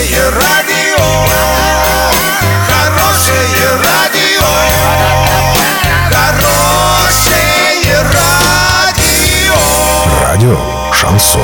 Хорошее радио, хорошее радио, хорошее радио. Радио «Шансон».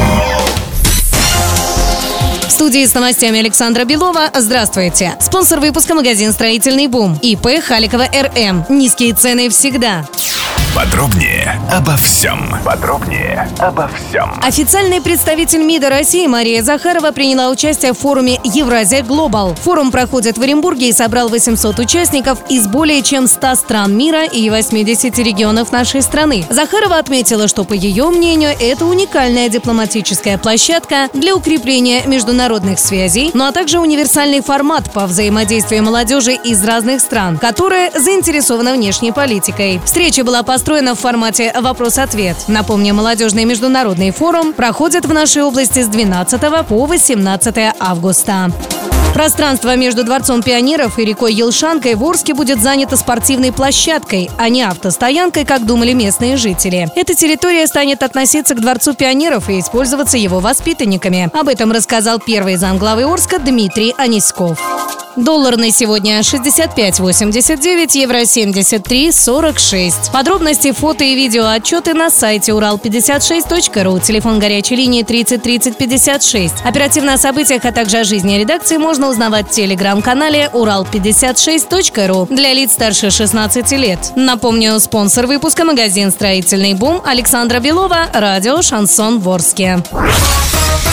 В студии с новостями Александра Белова. Здравствуйте. Спонсор выпуска — магазин «Строительный бум». ИП Халикова РМ. Низкие цены всегда. Подробнее обо всем. Официальный представитель МИДа России Мария Захарова приняла участие в форуме «Евразия Глобал». Форум проходит в Оренбурге и собрал 800 участников из более чем 100 стран мира и 80 регионов нашей страны. Захарова отметила, что, по ее мнению, это уникальная дипломатическая площадка для укрепления международных связей, ну а также универсальный формат по взаимодействию молодежи из разных стран, которая заинтересована внешней политикой. Встреча была построена в формате «Вопрос-ответ». Напомню, молодежный международный форум проходит в нашей области с 12 по 18 августа. Пространство между Дворцом пионеров и рекой Елшанкой в Орске будет занято спортивной площадкой, а не автостоянкой, как думали местные жители. Эта территория станет относиться к Дворцу пионеров и использоваться его воспитанниками. Об этом рассказал первый замглавы Орска Дмитрий Аниськов. Доллар на сегодня 65.89, евро 73.46. Подробности, фото и видео отчеты на сайте урал56.ру. Телефон горячей линии 30 30 56. Оперативно о событиях, а также о жизни редакции можно узнавать в телеграм-канале урал56.ру для лиц старше 16 лет. Напомню, спонсор выпуска — магазин «Строительный бум». Александра Белова, радио «Шансон» в Орске.